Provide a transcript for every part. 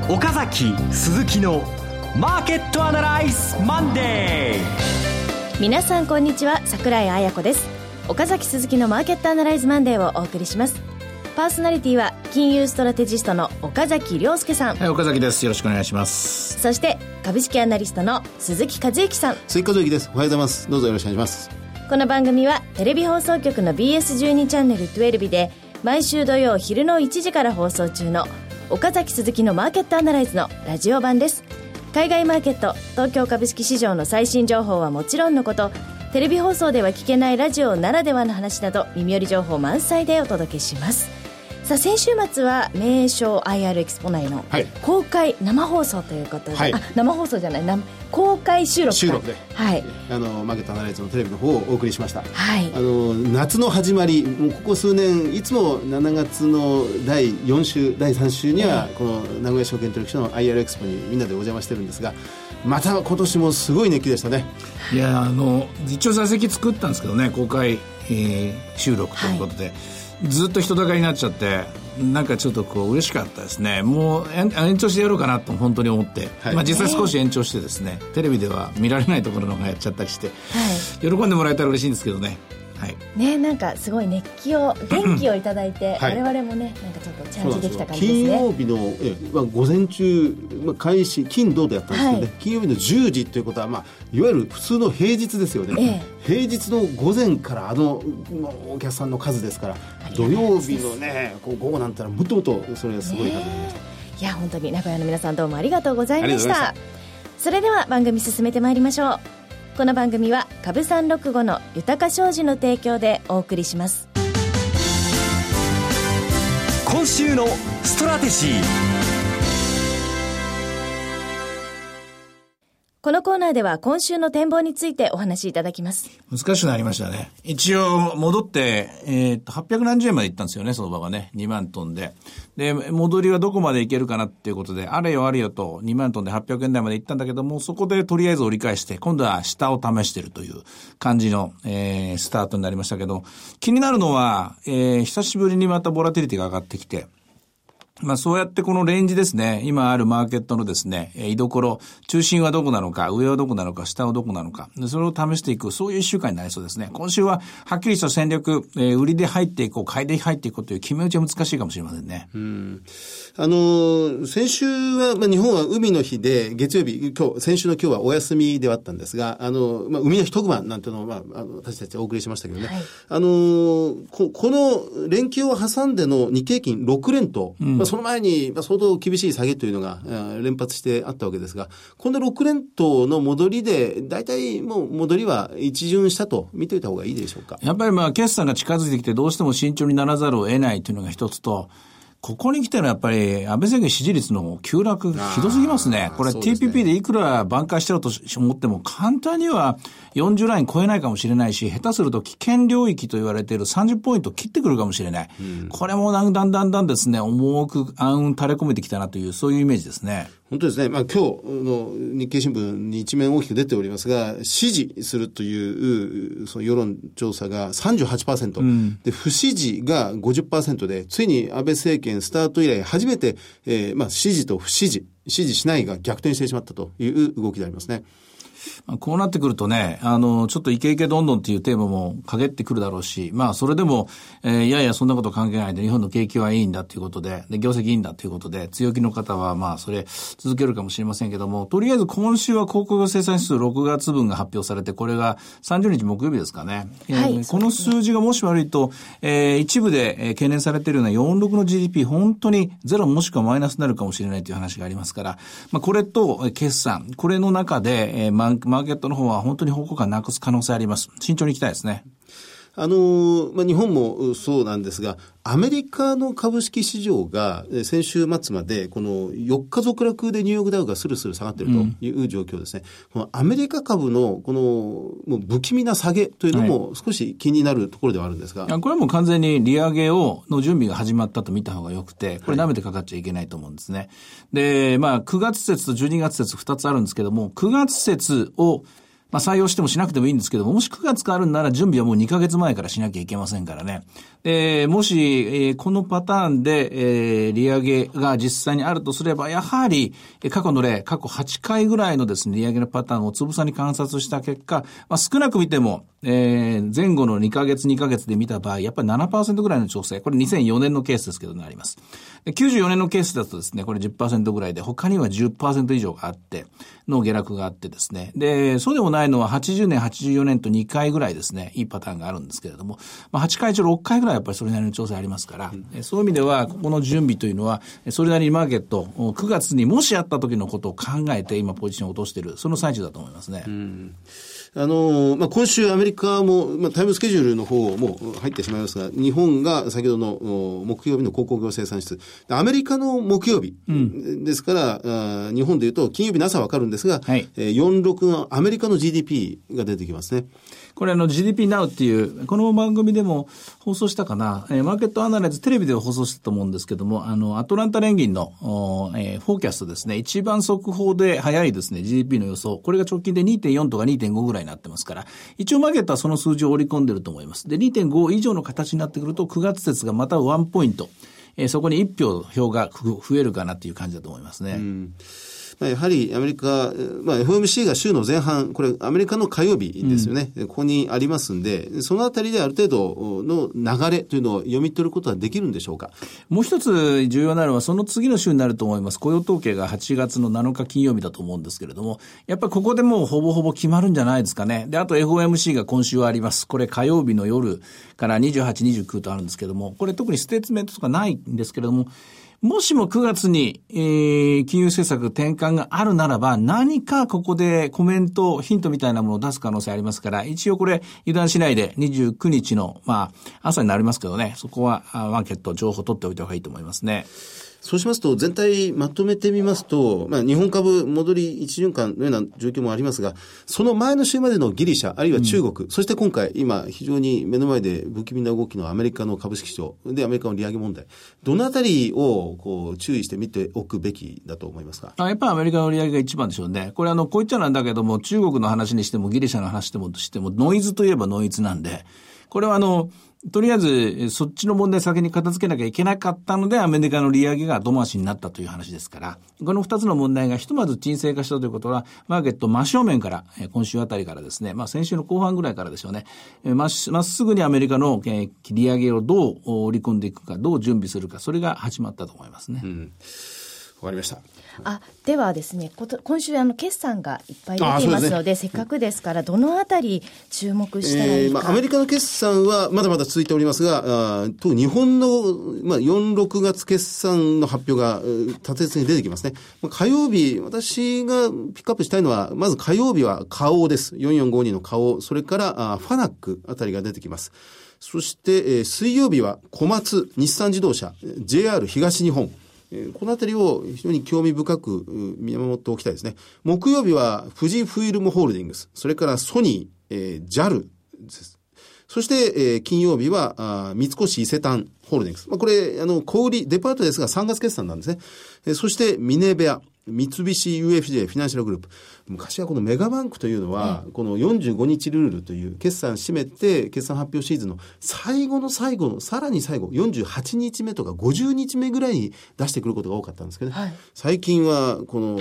岡崎鈴木のマーケットアナライズマンデー。 皆さんこんにちは、桜井彩子です。岡崎鈴木のマーケットアナライズマンデーをお送りします。パーソナリティは金融ストラテジストの岡崎亮介さん。 はい、岡崎です。よろしくお願いします。 そして株式アナリストの鈴木和之さん。 鈴木和之です。おはようございます。どうぞよろしくお願いします。 この番組はテレビ放送局の BS12 チャンネル12で毎週土曜昼の1時から放送中の岡崎鈴木のマーケットアナライズのラジオ版です。海外マーケット、東京株式市場の最新情報はもちろんのこと、テレビ放送では聞けないラジオならではの話など耳寄り情報満載でお届けします。さあ、先週末は名称 IR エキスポ内の公開生放送ということで、はい、生放送じゃない、公開収録で、はい、マーケットアナライズのテレビの方をお送りしました。はい、夏の始まり、もうここ数年いつも7月の第4週第3週にはこの名古屋証券取引所の IR エキスポにみんなでお邪魔してるんですが、また今年もすごい熱気でしたね。 いや、一応座席作ったんですけどね、公開、収録ということで、はい、ずっと人だかりになっちゃってなんかちょっと嬉しかったですね。もう延長してやろうかなと本当に思って、はい、実際少し延長してですね、テレビでは見られないところのがやっちゃったりして、はい、喜んでもらえたら嬉しいんですけどね。はいね、 なんかすごい熱気を元気をいただいて、はい、我々もねなんかちょっとチャージできた感じですね。 金曜日の午前中、開始金土でやったんですけどね、はい、金曜日の10時ということは、いわゆる普通の平日ですよね、平日の午前からお客さんの数ですから、土曜日のね午後なんてのはもっともっとそれがすごい数になりました。 いや本当に名古屋の皆さんどうもありがとうございました。それでは番組進めてまいりましょう。この番組は株365の豊商事の提供でお送りします。 今週のストラテジー。 このコーナーでは今週の展望についてお話しいただきます。 難しくなりましたね。一応戻って、800何十円まで行ったんですよね、相場がね、2万トンで。で、戻りはどこまでいけるかなっていうことで、あれよあれよと2万トンで800円台まで行ったんだけども、そこでとりあえず折り返して、今度は下を試しているという感じの、スタートになりましたけど、気になるのは、久しぶりにまたボラティリティが上がってきて、そうやってこのレンジですね、今あるマーケットのですね、居所、中心はどこなのか、上はどこなのか、下はどこなのか、それを試していく、そういう一週間になりそうですね。今週ははっきりした戦略、売りで入っていこう、買いで入っていこうという決め打ちは難しいかもしれませんね。 先週は、日本は海の日で、月曜日、先週の今日はお休みではあったんですが、海の日特番なんていうのを、私たちお送りしましたけどね、はい、この連休を挟んでの日経金6連投、その前に相当厳しい下げというのが連発してあったわけですが、この6連投の戻りで大体もう戻りは一巡したと見ておいた方がいいでしょうか。 やっぱり決算が近づいてきてどうしても慎重にならざるを得ないというのが一つと、ここに来てのやっぱり安倍政権支持率の急落ひどすぎますね。これ TPP でいくら挽回してると思っても簡単には40ライン超えないかもしれないし、下手すると危険領域と言われている30ポイント切ってくるかもしれない。これもだんだんですね、重く暗雲垂れ込めてきたなという、そういうイメージですね。 本当ですね。今日の日経新聞に一面大きく出ておりますが、支持するというその世論調査が 38%、で不支持が 50% で、ついに安倍政権スタート以来初めて、支持と不支持、支持しないが逆転してしまったという動きでありますね。 こうなってくるとね、ちょっとイケイケどんどんっていうテーマも陰ってくるだろうし、それでも、いやそんなこと関係ないで、日本の景気はいいんだということで、業績いいんだということで、強気の方はそれ続けるかもしれませんけども、とりあえず今週は鉱工生産指数6月分が発表されて、これが30日木曜日ですかね。はい、この数字がもし悪いと、一部で懸念されているような46の GDP、本当にゼロもしくはマイナスになるかもしれないという話がありますから、これと決算、これの中で、マーケットの方は本当に方向感なくす可能性あります。慎重にいきたいですね。 日本もそうなんですが、アメリカの株式市場が先週末までこの4日続落でニューヨークダウがスルスル下がっているという状況ですね。このアメリカ株のこのもう不気味な下げというのも少し気になるところではあるんですが、 これはもう完全に利上げの準備が始まったと見た方がよくて、これ舐めてかかっちゃいけないと思うんですね。で、9月節と12月節2つあるんですけども、9月節を採用してもしなくてもいいんですけども、もし9月からあるんなら準備はもう2ヶ月前からしなきゃいけませんからね。もし、このパターンで、利上げが実際にあるとすれば、やはり、過去8回ぐらいのですね、利上げのパターンをつぶさに観察した結果、少なく見ても、前後の2ヶ月で見た場合、やっぱり 7% ぐらいの調整、これ2004年のケースですけどね、あります。94年のケースだとですね、これ 10% ぐらいで、他には 10% 以上があって、の下落があってですね。で、そうでもないのは80年、84年と2回ぐらいですね、いいパターンがあるんですけれども、8回中6回ぐらいやっぱりそれなりの調整ありますから、そういう意味では、ここの準備というのは、それなりにマーケット、9月にもしあった時のことを考えて、今ポジションを落としている、その最中だと思いますね。 今週アメリカも、タイムスケジュールの方も入ってしまいますが、日本が先ほどの木曜日の鉱工業生産指数、アメリカの木曜日ですから、日本でいうと金曜日の朝わかるんですが、46のアメリカの GDP が出てきますね。 これGDP Now っていう、この番組でも放送したかな、マーケットアナライズテレビで放送したと思うんですけども、アトランタ連銀の、フォーキャストですね、一番速報で早いですね、GDP の予想、これが直近で 2.4 とか 2.5 ぐらいになってますから、一応マーケットはその数字を織り込んでると思います。で、2.5 以上の形になってくると、9月節がまたワンポイント、そこに1票が増えるかなっていう感じだと思いますね。 やはりアメリカ、FOMC が週の前半、これアメリカの火曜日ですよね。ここにありますんで、そのあたりである程度の流れというのを読み取ることはできるんでしょうか。 もう一つ重要なのは、その次の週になると思います。雇用統計が8月の7日金曜日だと思うんですけれども、やっぱりここでもうほぼほぼ決まるんじゃないですかね。で、あと FOMC が今週はあります。これ火曜日の夜から28、29とあるんですけども、これ特にステートメントとかないんですけれども、もしも9月に、金融政策転換があるならば、何かここでコメント、ヒントみたいなものを出す可能性ありますから、一応これ油断しないで29日の、朝になりますけどね、そこはマーケット情報を取っておいた方がいいと思いますね。 そうしますと、全体まとめてみますと、日本株戻り一循環のような状況もありますが、その前の週までのギリシャ、あるいは中国、そして今回、今、非常に目の前で不気味な動きのアメリカの株式市場で、アメリカの利上げ問題、どのあたりを注意して見ておくべきだと思いますか。 やっぱりアメリカの利上げが一番でしょうね。これこう言っちゃなんだけども、中国の話にしてもギリシャの話にしても、ノイズといえばノイズなんで、これはとりあえずそっちの問題先に片付けなきゃいけなかったので、アメリカの利上げが後回しになったという話ですから、この2つの問題がひとまず沈静化したということは、マーケット真正面から、今週あたりからですね、先週の後半ぐらいからでしょうね、まっすぐにアメリカの利上げをどう織り込んでいくか、どう準備するか、それが始まったと思いますね。 わかりました。 ではですね、今週決算がいっぱい出ていますので、せっかくですからどのあたり注目したらいいか。 アメリカの決算はまだまだ続いておりますが、日本の、4、6月決算の発表が立て続けに出てきますね。火曜日、私がピックアップしたいのは、まず火曜日は花王です。4452の花王、それからファナックあたりが出てきます。そして、水曜日は小松、日産自動車、JR 東日本、このあたりを非常に興味深く見守っておきたいですね。木曜日は富士フイルムホールディングス、それからソニー、JAL です。そして、金曜日は三越伊勢丹ホールディングス。これ小売デパートですが3月決算なんですね。そしてミネベア、三菱 UFJ フィナンシャルグループ。昔はこのメガバンクというのは、この45日ルールという決算締めて決算発表シーズンの最後の最後のさらに最後48日目とか50日目ぐらいに出してくることが多かったんですけどね、最近はこの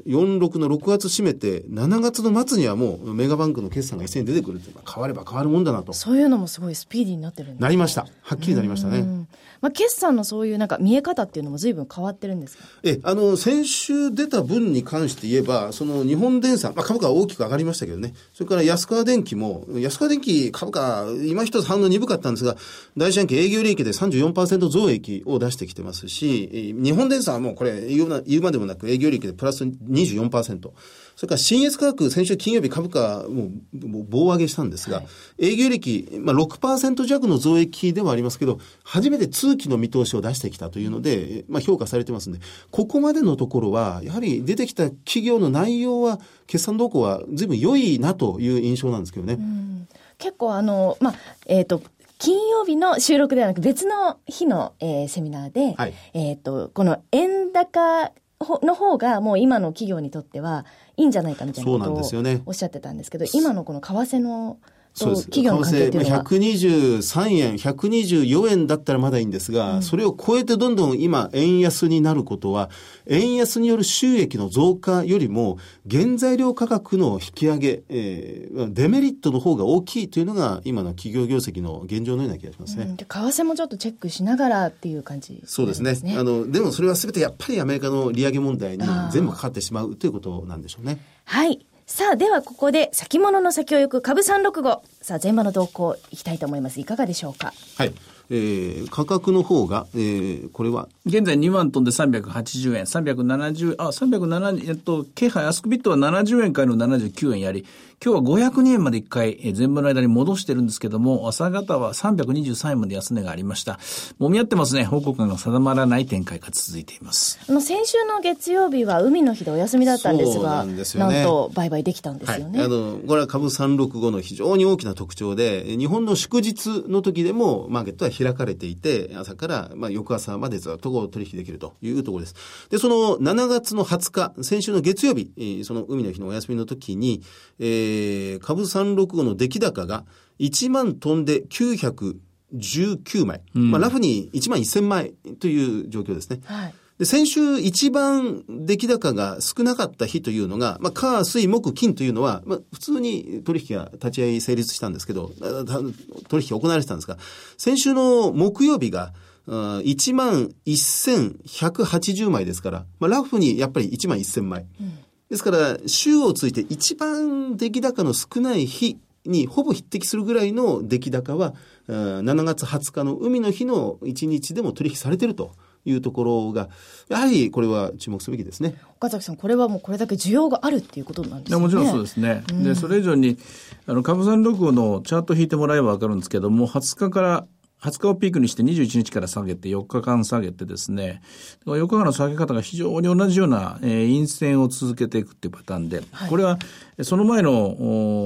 46の6月締めて7月の末にはもうメガバンクの決算が一斉に出てくるって変われば変わるもんだなと。 そういうのもすごいスピーディーになってるんですか。 なりました。はっきりなりましたね。 決算のそういう見え方っていうのも随分変わってるんですか。 先週出た分に関して言えば、その日本電産、株価は大きく上がりましたけどね。それから安川電機も、安川電機株価、今一つ反応鈍かったんですが、第一四半期営業利益で 34% 増益を出してきてますし、日本電産はもうこれ言うまでもなく営業利益でプラス 24%。それから新越化学、先週金曜日株価もう棒上げしたんですが、営業利益、6% 弱の増益ではありますけど、初めて通期の見通しを出してきたというので、評価されてますんで、ここまでのところは、やはり出てきた企業の内容は、決算動向は随分良いなという印象なんですけどね。 結構金曜日の収録ではなく別の日の、セミナーで、この円高の方がもう今の企業にとってはいいんじゃないかみたいなことをおっしゃってたんですけど、今のこの為替の企業の関係というのは 123円、124円だったらまだいいんですが、それを超えてどんどん今円安になることは、円安による収益の増加よりも原材料価格の引き上げ、デメリットの方が大きいというのが今の企業業績の現状のような気がしますね。 為替もちょっとチェックしながらっていう感じ、 そうですね。でもそれは全てやっぱりアメリカの利上げ問題に全部かかってしまうということなんでしょうね。 はい。さあ、ではここで先物の先を行く株365。さあ、前場の動向いきたいと思います。いかがでしょうか。 はい。価格の方が、これは現在2万トンで380円、370、気配アスクビットは70円からの79円やり、今日は502円まで1回、前場の間に戻してるんですけども、朝方は323円まで安値がありました。もみ合ってますね。方向感が定まらない展開が続いています。 先週の月曜日は海の日でお休みだったんですが、なんと売買できたんですよね。 はい、これは株365の非常に大きな特徴で、日本の祝日の時でもマーケットは開かれていて、朝から、翌朝までずっと取引できるというところです。で、その7月の20日、先週の月曜日、その海の日のお休みの時に、株365の出来高が1万トンで919枚。ラフに1万1000枚という状況ですね。はい。で、先週一番出来高が少なかった日というのが、火、水、木、金というのは、普通に取引が立ち会い成立したんですけど、取引が行われてたんですが、先週の木曜日が、1万1180枚ですから、ラフにやっぱり1万1000枚。ですから、週をついて一番出来高の少ない日にほぼ匹敵するぐらいの出来高は、7月20日の海の日の1日でも取引されているというところが、やはりこれは注目すべきですね。 岡崎さん、これはもうこれだけ需要があるっていうことなんですね。 もちろんそうですね。で、それ以上に、株365のチャート引いてもらえばわかるんですけども、20日をピークにして21日から下げて4日間下げてですね、4日間の下げ方が非常に同じような、陰線を続けていくっていうパターンで、はい、これはその前の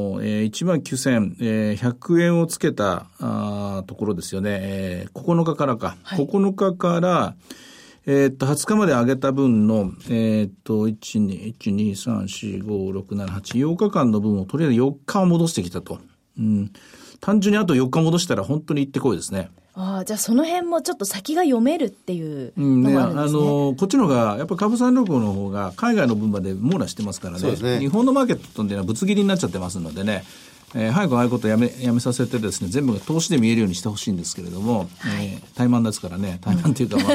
19,100円をつけたところですよね、9日からか、はい、9日から20日まで上げた分の、1、2、3、4、5、6、7、8、8日間の分をとりあえず4日を戻してきたと。単純にあと4日戻したら本当に行ってこいですね。 じゃあその辺もちょっと先が読めるっていうのがあるんですね。 こっちの方がやっぱ株365の方が海外の分まで網羅してますから ね、日本のマーケットっていうのはぶつ切りになっちゃってますのでね、早くああいうことをやめさせてですね、全部が投資で見えるようにしてほしいんですけれども、はい、怠慢ですからね、怠慢っていうか、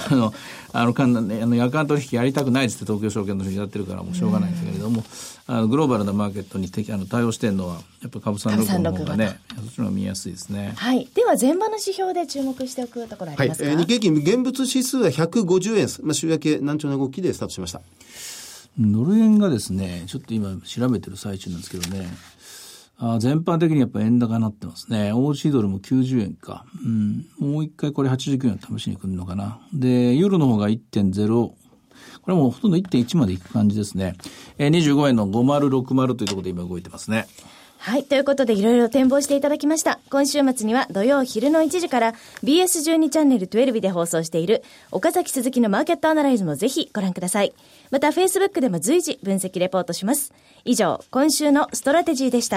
夜間取引やりたくないですって東京証券の人やってるからもうしょうがないんですけれども、グローバルなマーケットに対応してるのはやっぱ株365の方がね、そっちの方が見やすいですね。 はい。では前場の指標で注目しておくところありますか。 日経金現物指数は150円、週明け難聴な動きでスタートしました。 ドル円がですね、ちょっと今調べてる最中なんですけどね、全般的にやっぱ円高になってますね。OC ドルも90円か。もう一回これ89円試しに来るのかな。で、ユーロの方が 1.0。これはもうほとんど 1.1 までいく感じですね。25円の5060というところで今動いてますね。 はい。ということでいろいろ展望していただきました。今週末には土曜昼の1時から BS12 チャンネル12で放送している岡崎鈴木のマーケットアナライズもぜひご覧ください。また Facebook でも随時分析レポートします。以上、今週のストラテジーでした。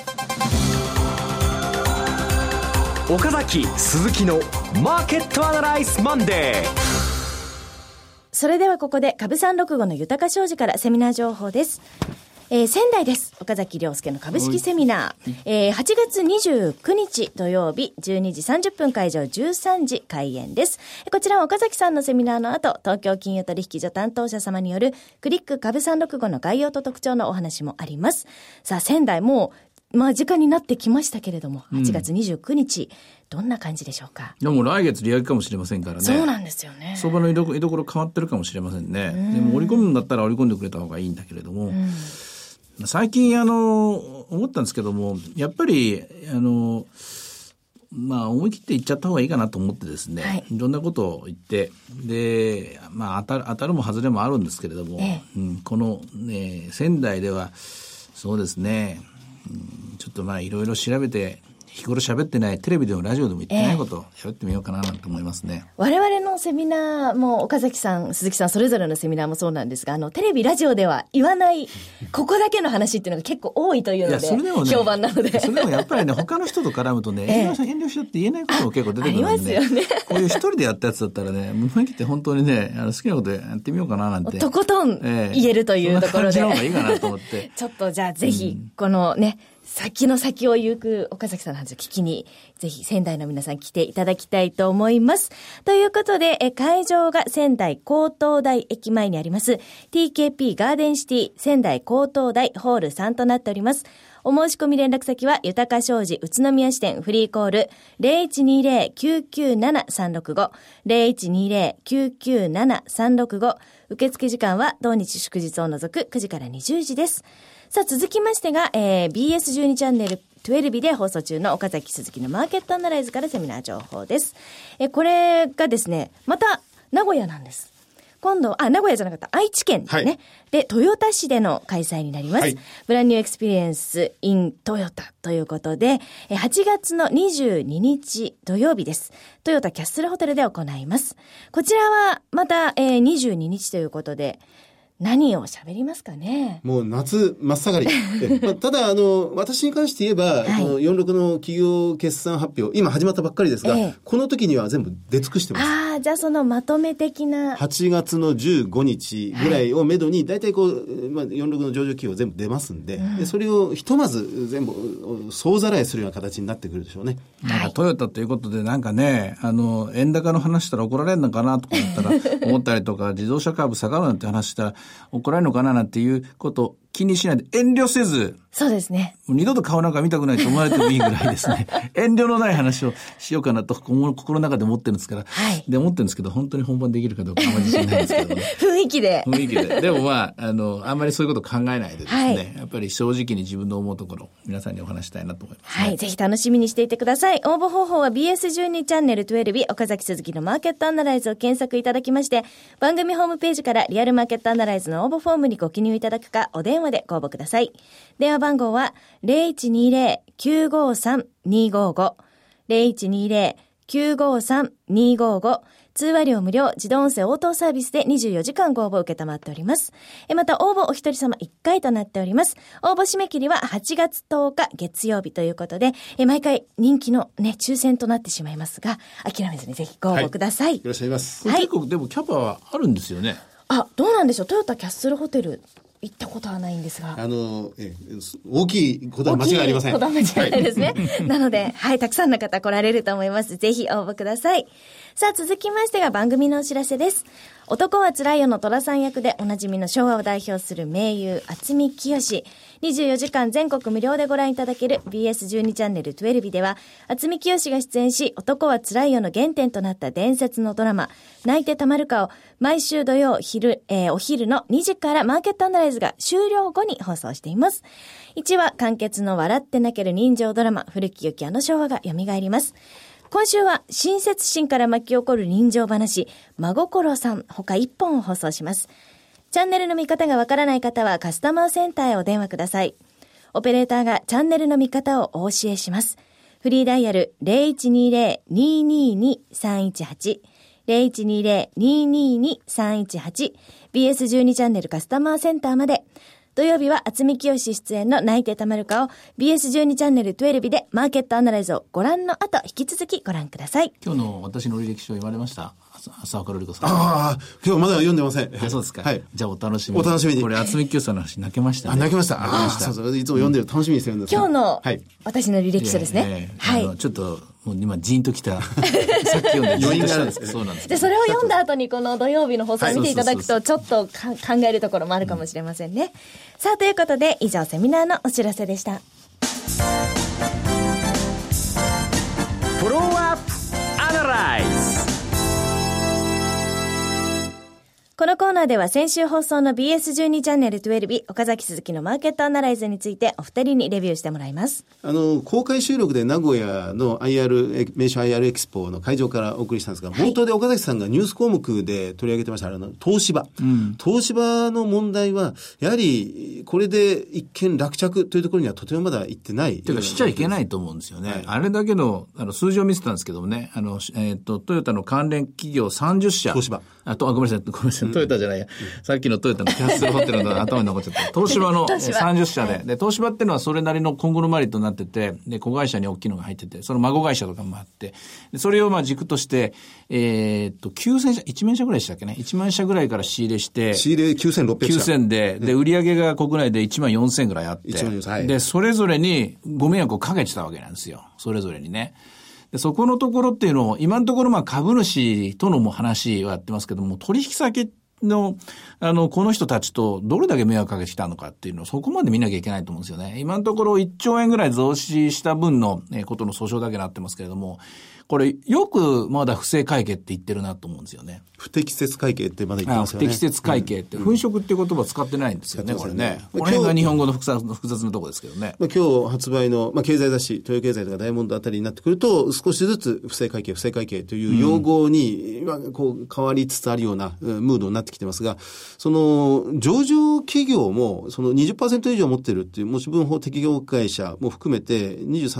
岡崎鈴木のマーケットアナライズマンデー。 それではここで株365の豊か商事からセミナー情報です。仙台です。岡崎亮介の株式セミナー。8月29日土曜日12時30分会場13時開演です。こちらは岡崎さんのセミナーの後、東京金融取引所担当者様によるクリック株365の概要と特徴のお話もあります。さあ、仙台も時間になってきましたけれども、8月29日、どんな感じでしょうか。 でも来月利上げかもしれませんからね。 そうなんですよね。 相場の居所変わってるかもしれませんね。でも織り込むんだったら織り込んでくれた方がいいんだけれども、最近思ったんですけども、やっぱり思い切って言っちゃった方がいいかなと思ってですね、はい、いろんなことを言ってで、当たるも外れもあるんですけれども、この、仙台ではそうですね、ちょっといろいろ調べて日頃喋ってない、テレビでもラジオでも言ってないことを喋ってみようかななんて思いますね。 我々のセミナーも岡崎さん、鈴木さんそれぞれのセミナーもそうなんですが、テレビラジオでは言わないここだけの話っていうのが結構多いというので、評判なので。 それでもやっぱりね、他の人と絡むとね、遠慮しようって言えないことも結構出てくるんで、ありますよね。こういう一人でやったやつだったらね、思い切って本当にね、好きなことやってみようかななんて。 とことん言えるというところで。 そんな感じの方がいいかなと思って。 ちょっとじゃあぜひ、このね、先の先を行く岡崎さんの話を聞きに、ぜひ仙台の皆さん来ていただきたいと思います。ということで、会場が仙台高等台駅前にあります TKP ガーデンシティ仙台高等台ホール3となっております。お申し込み連絡先は豊か商事宇都宮支店フリーコール 0120-997-365 0120-997-365 受付時間は同日祝日を除く9時から20時です。さあ続きましてが、BS12 チャンネル12で放送中の岡崎鈴木のマーケットアナライズからセミナー情報です。これがですね、また名古屋なんです。今度名古屋じゃなかった愛知県ですね、はい、で豊田市での開催になります、はい、ブランニューエクスペリエンス in トヨタということで8月の22日土曜日です。トヨタキャッスルホテルで行います。こちらはまた、22日ということで何を喋りますかね。 もう夏真っ盛りただ私に関して言えば、はい、46の企業決算発表今始まったばっかりですが、この時には全部出尽くしてます。 じゃあそのまとめ的な 8月の15日ぐらいをめどに大体こう、46の上場企業全部出ますんで、でそれをひとまず全部総ざらいするような形になってくるでしょうね。 なんかトヨタということでなんかね円高の話したら怒られるのかなとか思ったりとか自動車株下がるなんて話したら怒られるのかななんていうことを気にしないで遠慮せず。 そうですね。 もう二度と顔なんか見たくないと思われてもいいぐらいですね。遠慮のない話をしようかなと心の中で思ってるんですから。はい。で思ってるんですけど本当に本番できるかどうかあんまり自信ないんですけどね。 雰囲気で。 でもあんまりそういうこと考えないでですね、はい、やっぱり正直に自分の思うところを皆さんにお話したいなと思います、ね。 はい。ぜひ楽しみにしていてください。応募方法は BS12 チャンネル12岡崎鈴木のマーケットアナライズを検索いただきまして、番組ホームページからリアルマーケットアナライズの応募フォームにご記入いただくか、お電話でご応募ください。電話番号は 0120-953-255 0120-953-255 通話料無料自動音声応答サービスで24時間ご応募を受けたまっております。また応募お一人様1回となっております。応募締め切りは8月10日月曜日ということで、毎回人気のね抽選となってしまいますが、諦めずにぜひご応募ください。 よろしくお願いします。 結構でもキャパはあるんですよね。 どうなんでしょう。トヨタキャッスルホテル行ったことはないんですが。 大きいことは間違いありません。 大きいことは間違いないですね。なので、はい、たくさんの方来られると思います。ぜひ応募ください。さあ、続きましてが番組のお知らせです。男はつらいよの寅さん役でおなじみの昭和を代表する名優、渥美清。24時間全国無料でご覧いただける BS12 チャンネル12では、渥美清が出演し、男はつらいよの原点となった伝説のドラマ、泣いてたまるかを毎週土曜お昼の2時からマーケットアナライズが終了後に放送しています。1話完結の笑って泣ける人情ドラマ、古き良きあの昭和が蘇ります。今週は親切心から巻き起こる人情話、真心さん他1本を放送します。チャンネルの見方がわからない方はカスタマーセンターへお電話ください。オペレーターがチャンネルの見方をお教えします。フリーダイヤル 0120-222-318 0120-222-318 BS12 チャンネルカスタマーセンターまで。土曜日は渥美清出演の泣いてたまるかを BS12 チャンネル12でマーケットアナライズをご覧の後引き続きご覧ください。 今日の私の履歴書言われました？浅岡瑠璃子さん。 今日まだ読んでません。 そうですか。 はい。 じゃあお楽しみに。 お楽しみに。 これ渥美清さんの話泣けましたね。 泣けました。そういつも読んでる、楽しみにしてるんです。 今日の私の履歴書ですね。 はい。ちょっともう今ジーンときたさっき読んで余韻があるんですけど、そうなんです。 でそれを読んだ後にこの土曜日の放送を見ていただくとちょっと考えるところもあるかもしれませんね。さあということで以上セミナーのお知らせでした。 フォローアップアナライズ。 このコーナーでは先週放送の BS12 チャンネル12岡崎鈴木のマーケットアナライズについてお二人にレビューしてもらいます。 公開収録で名古屋の名所 IR エキスポの会場からお送りしたんですが、冒頭で岡崎さんがニュース項目で取り上げてました東芝、東芝の問題はやはりこれで一見落着というところにはとてもまだ行ってないというかしちゃいけないと思うんですよね、はい、あれだけの数字を見せたんですけどもね、トヨタの関連企業30社、 東芝ごめんなさい、トヨタじゃないや、さっきのトヨタのキャッスルホテルの頭に残っちゃった。東芝の30社で、東芝っていうのはそれなりのコングロマリットになってて、で、子会社に大きいのが入ってて、その孫会社とかもあって、でそれを軸として、9000社、1万社ぐらいでしたっけね。1万社ぐらいから仕入れして、 仕入れ9600社。 9000で、売上が国内で1万4000ぐらいあって、はい、で、それぞれにご迷惑をかけてたわけなんですよ。それぞれにね。でそこのところっていうのを今のところ株主とのも話はやってますけども、取引先のこの人たちとどれだけ迷惑かけてきたのかっていうのをそこまで見なきゃいけないと思うんですよね。今のところ1兆円ぐらい増資した分のことの訴訟だけになってますけれども、これよくまだ不正会計って言ってるなと思うんですよね。 不適切会計ってまだ言ってますよね。 不適切会計って、粉飾っていう言葉使ってないんですよね、これね。この辺が日本語の複雑なところですけどね。 今日発売の、経済雑誌、東洋経済とかダイヤモンドあたりになってくると、少しずつ不正会計という用語に、変わりつつあるようなムードになってきてますが、その上場企業もその 20% 以上持ってるっていう持ち分法適用会社も含めて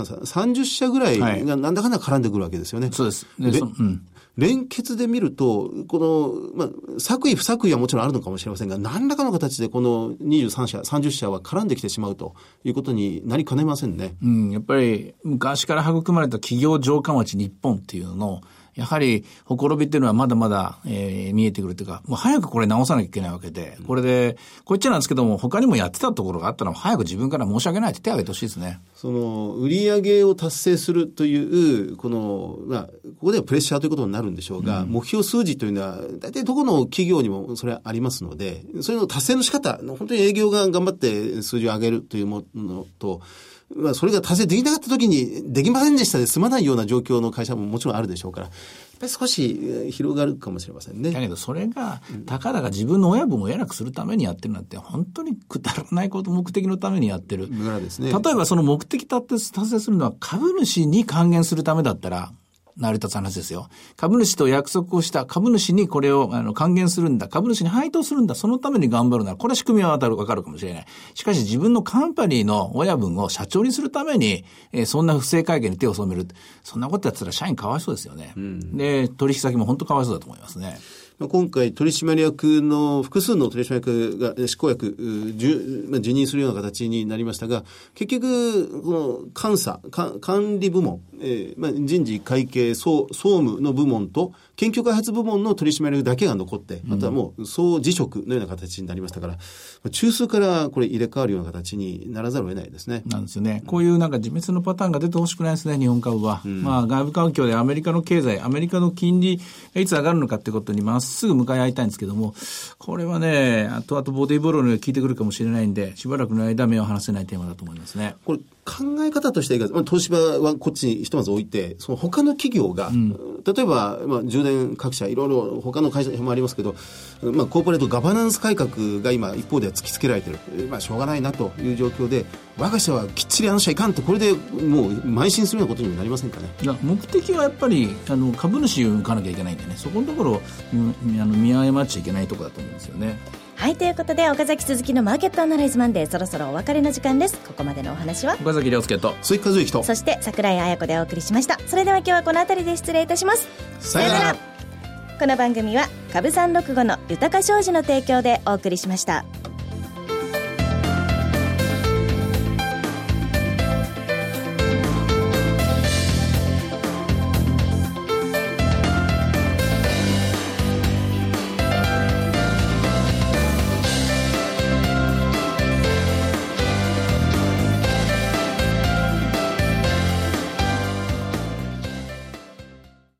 30社ぐらいがなんだかんだ絡んでくるわけですよね。 そうです。 連結で見ると、作為不作為はもちろんあるのかもしれませんが、何らかの形でこの23社、30社は絡んできてしまうということになりかねませんね。 やっぱり昔から育まれた企業城下町日本っていうのやはり、ほころびっていうのはまだまだ、見えてくるというか、もう早くこれ直さなきゃいけないわけで、これで、こっちなんですけども、他にもやってたところがあったのは、早く自分から申し訳ないって手を挙げてほしいですね。 売上を達成するという、ここではプレッシャーということになるんでしょうが、目標数字というのは、大体どこの企業にもそれはありますので、それの達成の仕方、本当に営業が頑張って数字を上げるというものと、それが達成できなかった時にできませんでしたで済まないような状況の会社ももちろんあるでしょうから、やっぱり少し広がるかもしれませんね。 だけどそれがたかだか自分の親分を偉くするためにやってるなんて本当にくだらないこと目的のためにやってる。 ですね。 例えばその目的達成するのは株主に還元するためだったら成り立つ話ですよ。株主と約束をした株主にこれを還元するんだ、株主に配当するんだ、そのために頑張るならこれは仕組みはわかるかもしれない。しかし自分のカンパニーの親分を社長にするために、そんな不正会計に手を染める、そんなことやってたら社員かわいそうですよね。で取引先も本当かわいそうだと思いますね。 今回取締役の複数の取締役が執行役辞任するような形になりましたが、結局この管理部門、人事会計総務の部門と研究開発部門の取締役だけが残って、あとはもう総辞職のような形になりましたから、中枢からこれ入れ替わるような形にならざるを得ないですね。 なんですよね。こういう自滅のパターンが出てほしくないですね、日本株は。外部環境でアメリカの経済、アメリカの金利がいつ上がるのかってことにすぐ向かい合いたいんですけども、これはね、後々ボディーボローのように効いてくるかもしれないんで、しばらくの間目を離せないテーマだと思いますね。 これ考え方としていいか、東芝はこっちにひとまず置いて、その他の企業が、例えば、充電各社いろいろ他の会社もありますけど、コーポレートガバナンス改革が今一方では突きつけられている。しょうがないなという状況で、我が社はきっちり社いかんと、これでもう邁進するようなことにもなりませんかね。 目的はやっぱり株主を向かなきゃいけないんでね、そこのところ見誤っちゃいけないところだと思うんですよね。 はい、ということで岡崎鈴木のマーケットアナライズマンデー、そろそろお別れの時間です。ここまでのお話は岡崎亮介と鈴木和之と、 そして櫻井彩子でお送りしました。それでは今日はこの辺りで失礼いたします。 さよなら。 この番組は株365の豊か商事の提供でお送りしました。